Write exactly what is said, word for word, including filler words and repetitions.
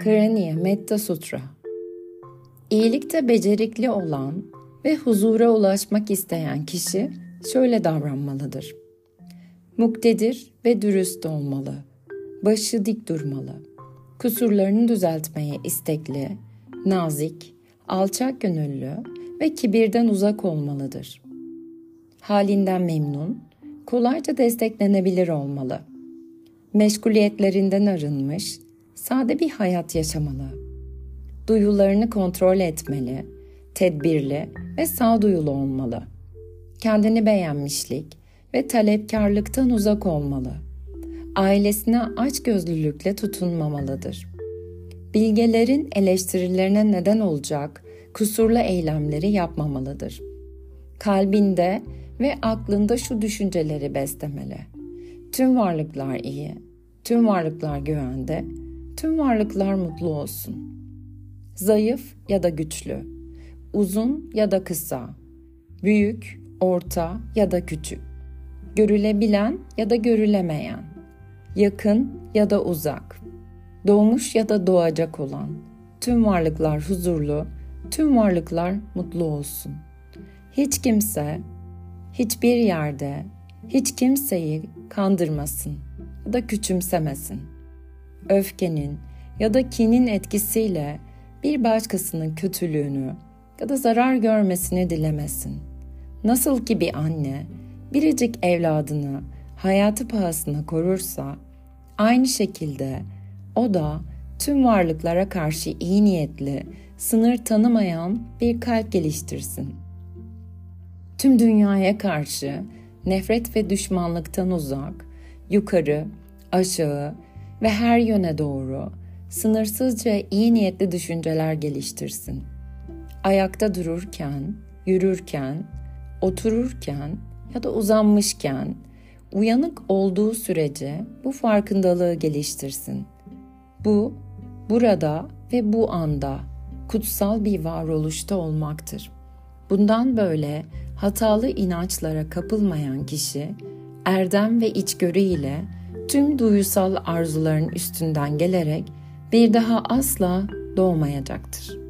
Karaniya Metta Sutra. İyilikte becerikli olan ve huzura ulaşmak isteyen kişi şöyle davranmalıdır. Muktedir ve dürüst olmalı. Başı dik durmalı. Kusurlarını düzeltmeye istekli, nazik, alçak gönüllü ve kibirden uzak olmalıdır. Halinden memnun, kolayca desteklenebilir olmalı. Meşguliyetlerinden arınmış, sade bir hayat yaşamalı. Duyularını kontrol etmeli, tedbirli ve sağduyulu olmalı. Kendini beğenmişlik ve talepkarlıktan uzak olmalı. Ailesine açgözlülükle tutunmamalıdır. Bilgelerin eleştirilerine neden olacak kusurlu eylemleri yapmamalıdır. Kalbinde ve aklında şu düşünceleri beslemeli. Tüm varlıklar iyi, tüm varlıklar güvende, tüm varlıklar mutlu olsun. Zayıf ya da güçlü, uzun ya da kısa, büyük, orta ya da küçük, görülebilen ya da görülemeyen, yakın ya da uzak, doğmuş ya da doğacak olan, tüm varlıklar huzurlu, tüm varlıklar mutlu olsun. Hiç kimse, hiçbir yerde, hiç kimseyi kandırmasın ya da küçümsemesin. Öfkenin ya da kinin etkisiyle bir başkasının kötülüğünü ya da zarar görmesini dilemesin. Nasıl ki bir anne biricik evladını hayatı pahasına korursa, aynı şekilde o da tüm varlıklara karşı iyi niyetli, sınır tanımayan bir kalp geliştirsin. Tüm dünyaya karşı nefret ve düşmanlıktan uzak, yukarı, aşağı ve her yöne doğru sınırsızca iyi niyetli düşünceler geliştirsin. Ayakta dururken, yürürken, otururken ya da uzanmışken, uyanık olduğu sürece bu farkındalığı geliştirsin. Bu, burada ve bu anda kutsal bir varoluşta olmaktır. Bundan böyle hatalı inançlara kapılmayan kişi, erdem ve içgörü ile tüm duygusal arzuların üstünden gelerek bir daha asla doğmayacaktır.